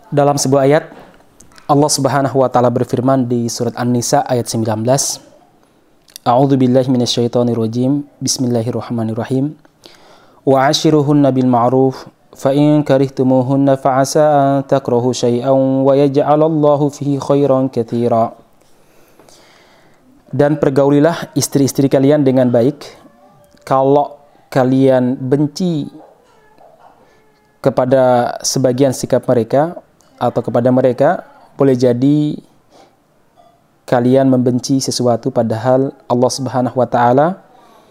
Dalam sebuah ayat, Allah Subhanahu wa taala berfirman di surat An-Nisa ayat 19. A'udzu billahi minasyaitonir rajim. Bismillahirrahmanirrahim. Wa 'ashiruhunna bil ma'ruf fa in karihtumuhunna fa 'asa an takrahu syai'an wa yaj'alallahu fihi khairan katsira. Dan pergaulilah istri-istri kalian dengan baik. Kalau kalian benci kepada sebagian sikap mereka atau kepada mereka, boleh jadi kalian membenci sesuatu padahal Allah Subhanahu wa taala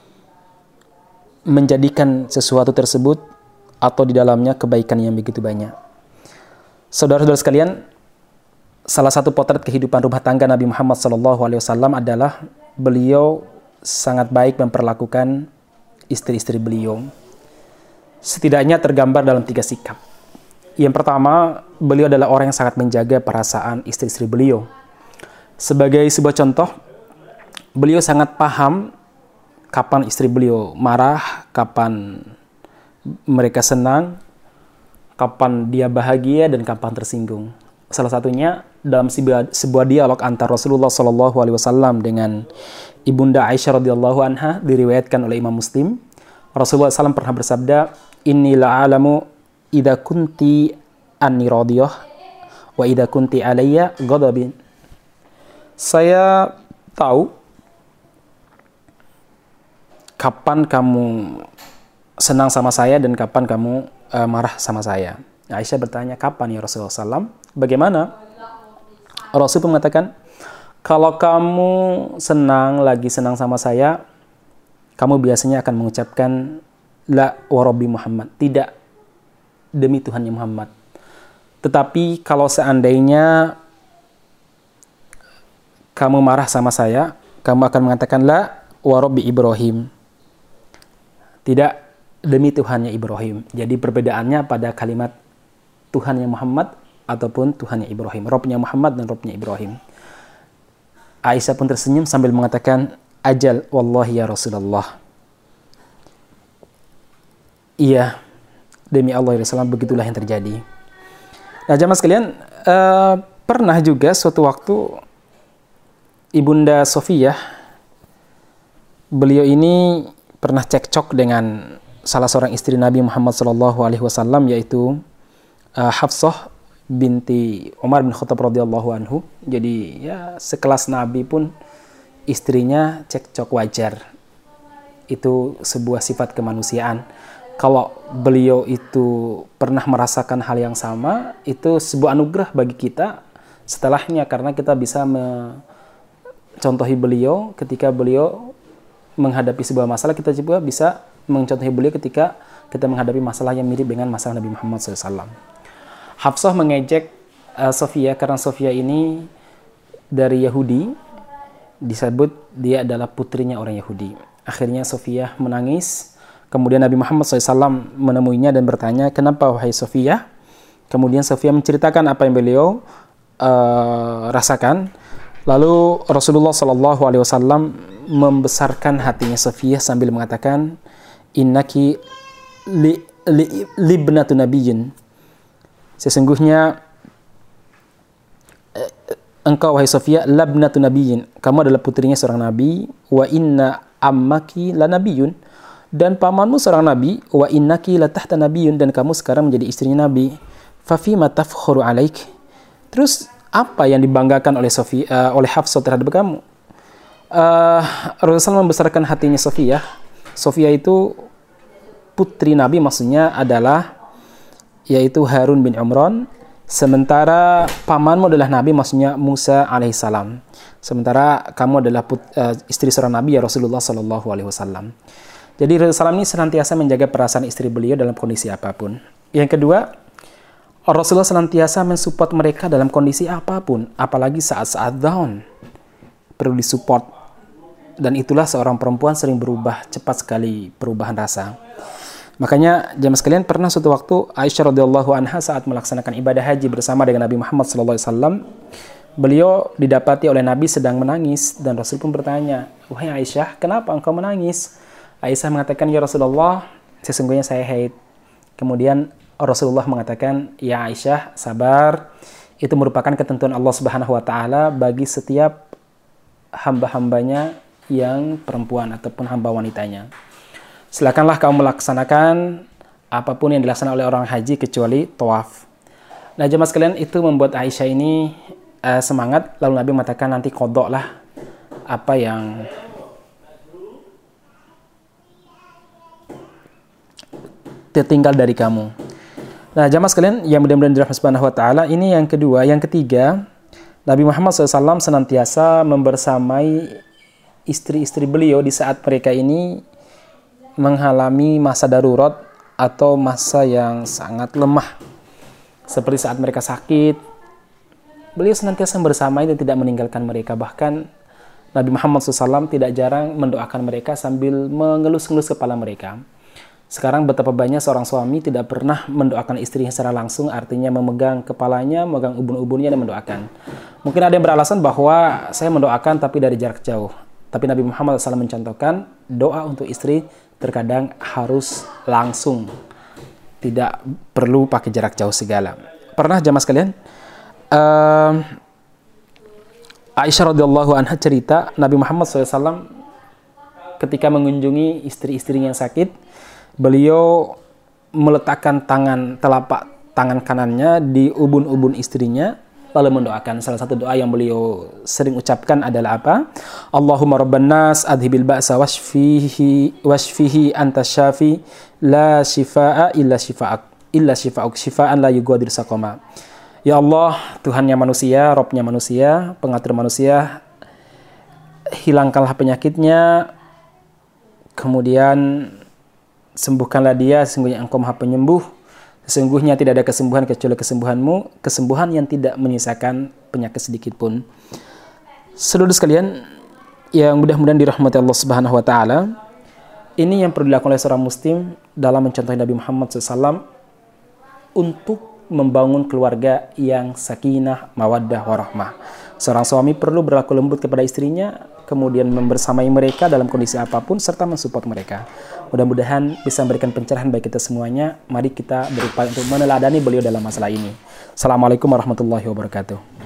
menjadikan sesuatu tersebut atau di dalamnya kebaikan yang begitu banyak. Saudara-saudara sekalian, salah satu potret kehidupan rumah tangga Nabi Muhammad SAW adalah beliau sangat baik memperlakukan istri-istri beliau. Setidaknya tergambar dalam 3 sikap. Yang pertama, beliau adalah orang yang sangat menjaga perasaan istri-istri beliau. Sebagai sebuah contoh, beliau sangat paham kapan istri beliau marah, kapan mereka senang, kapan dia bahagia, dan kapan tersinggung. Salah satunya dalam sebuah dialog antara Rasulullah SAW dengan Ibunda Aisyah radhiyallahu anha, diriwayatkan oleh Imam Muslim. Rasulullah SAW pernah bersabda, "Inni la'alamu idza kunti anni radiyah wa idza kunti alayya ghadabin." Saya tahu kapan kamu senang sama saya dan kapan kamu marah sama saya. Aisyah bertanya, "Kapan ya Rasulullah SAW?" Bagaimana? Rasul pun mengatakan, "Kalau kamu lagi senang sama saya, kamu biasanya akan mengucapkan la wa rabbi Muhammad, tidak demi Tuhannya Muhammad. Tetapi kalau seandainya kamu marah sama saya, kamu akan mengatakan la wa rabbi Ibrahim, tidak demi Tuhannya Ibrahim." Jadi perbedaannya pada kalimat Tuhannya Muhammad ataupun Tuhannya Ibrahim. Robnya Muhammad dan Robnya Ibrahim. Aisyah pun tersenyum sambil mengatakan, "Ajal wallahi ya Rasulullah." Iya, demi Allah ya Rasulullah, begitulah yang terjadi. Nah, jamaah sekalian, pernah juga suatu waktu Ibunda Sofiyah, beliau ini pernah cekcok dengan salah seorang istri Nabi Muhammad SAW, yaitu Hafsah binti Umar bin Khattab radhiyallahu anhu. Jadi ya sekelas Nabi pun istrinya cekcok, wajar. Itu sebuah sifat kemanusiaan. Kalau beliau itu pernah merasakan hal yang sama, itu sebuah anugerah bagi kita setelahnya, karena kita bisa mencontohi beliau ketika beliau menghadapi sebuah masalah. Kita juga bisa mencontohi beliau ketika kita menghadapi masalah yang mirip dengan masalah Nabi Muhammad SAW. Hafsah mengejek Sofiyah karena Sofiyah ini dari Yahudi, disebut dia adalah putrinya orang Yahudi. Akhirnya Sofiyah menangis. Kemudian Nabi Muhammad SAW menemuinya dan bertanya, "Kenapa wahai Sofiyah?" Kemudian Sofiyah menceritakan apa yang beliau rasakan. Lalu Rasulullah SAW membesarkan hatinya Sofiyah sambil mengatakan, "Innaki libnatu nabiyyin." Sesungguhnya engkau wahai Sofiyah labnatu nabiyyin, kamu adalah putrinya seorang nabi. Wa inna ammaki la nabiyyun, dan pamanmu seorang nabi. Wa innaki la tahta nabiyyun, dan kamu sekarang menjadi istrinya nabi. Fa fima tafkhuru alaik, terus apa yang dibanggakan oleh oleh Hafsah terhadap kamu? Rasulullah membesarkan hatinya Sofiyah. Sofiyah itu putri nabi, maksudnya adalah yaitu Harun bin Imran. Sementara pamanmu adalah nabi, maksudnya Musa alaihissalam. Sementara kamu adalah istri seorang nabi, ya Rasulullah SAW. Jadi Rasulullah ini senantiasa menjaga perasaan istri beliau dalam kondisi apapun. Yang kedua, Rasulullah senantiasa mensupport mereka dalam kondisi apapun, apalagi saat-saat down. Perlu disupport. Dan itulah seorang perempuan sering berubah, cepat sekali perubahan rasa. Makanya jamaah sekalian, pernah suatu waktu Aisyah radhiyallahu anha saat melaksanakan ibadah haji bersama dengan Nabi Muhammad SAW, beliau didapati oleh Nabi sedang menangis, dan Rasul pun bertanya, "Wahai Aisyah, kenapa engkau menangis?" Aisyah mengatakan, "Ya Rasulullah, sesungguhnya saya haid." Kemudian Rasulullah mengatakan, "Ya Aisyah, sabar. Itu merupakan ketentuan Allah Subhanahu wa taala bagi setiap hamba-hambanya yang perempuan ataupun hamba wanitanya. Silakanlah kamu melaksanakan apapun yang dilaksanakan oleh orang haji kecuali tawaf." Nah, jemaah sekalian, itu membuat Aisyah ini semangat. Lalu Nabi mengatakan, nanti qadha lah apa yang tertinggal dari kamu. Nah, jamaah sekalian yang mudah-mudahan dirahmati Subhanahu wa taala, ini yang kedua. Yang ketiga, Nabi Muhammad SAW senantiasa membersamai istri-istri beliau di saat mereka ini mengalami masa darurat atau masa yang sangat lemah. Seperti saat mereka sakit, beliau senantiasa bersamai dan tidak meninggalkan mereka. Bahkan Nabi Muhammad SAW tidak jarang mendoakan mereka sambil mengelus-ngelus kepala mereka. Sekarang betapa banyak seorang suami tidak pernah mendoakan istrinya secara langsung, artinya memegang kepalanya, memegang ubun-ubunnya dan mendoakan. Mungkin ada yang beralasan bahwa saya mendoakan tapi dari jarak jauh. Tapi Nabi Muhammad SAW mencontohkan doa untuk istri terkadang harus langsung. Tidak perlu pakai jarak jauh segala. Pernah jamaah sekalian, Aisyah radhiyallahu anha cerita, Nabi Muhammad SAW ketika mengunjungi istri-istrinya yang sakit, beliau meletakkan telapak tangan kanannya di ubun-ubun istrinya, lalu mendoakan. Salah satu doa yang beliau sering ucapkan adalah apa? Allahumma rabban nas adhibil ba'sa washfihi anta syafi la shifaa illa shifa'uk shifaan la yughadiru saqama. Ya Allah, Tuhannya manusia, Robnya manusia, pengatur manusia, hilangkanlah penyakitnya, kemudian sembuhkanlah dia, sesungguhnya Engkau Maha Penyembuh. Sesungguhnya tidak ada kesembuhan kecuali kesembuhan-Mu, kesembuhan yang tidak menyisakan penyakit sedikit pun. Saudara sekalian yang mudah-mudahan dirahmati Allah Subhanahu wa taala, ini yang perlu dilakukan oleh seorang muslim dalam mencontohi Nabi Muhammad SAW untuk membangun keluarga yang sakinah, mawaddah, warahmah. Seorang suami perlu berlaku lembut kepada istrinya, kemudian membersamai mereka dalam kondisi apapun, serta mensupport mereka. Mudah-mudahan bisa memberikan pencerahan bagi kita semuanya. Mari kita berupaya untuk meneladani beliau dalam masalah ini. Assalamualaikum warahmatullahi wabarakatuh.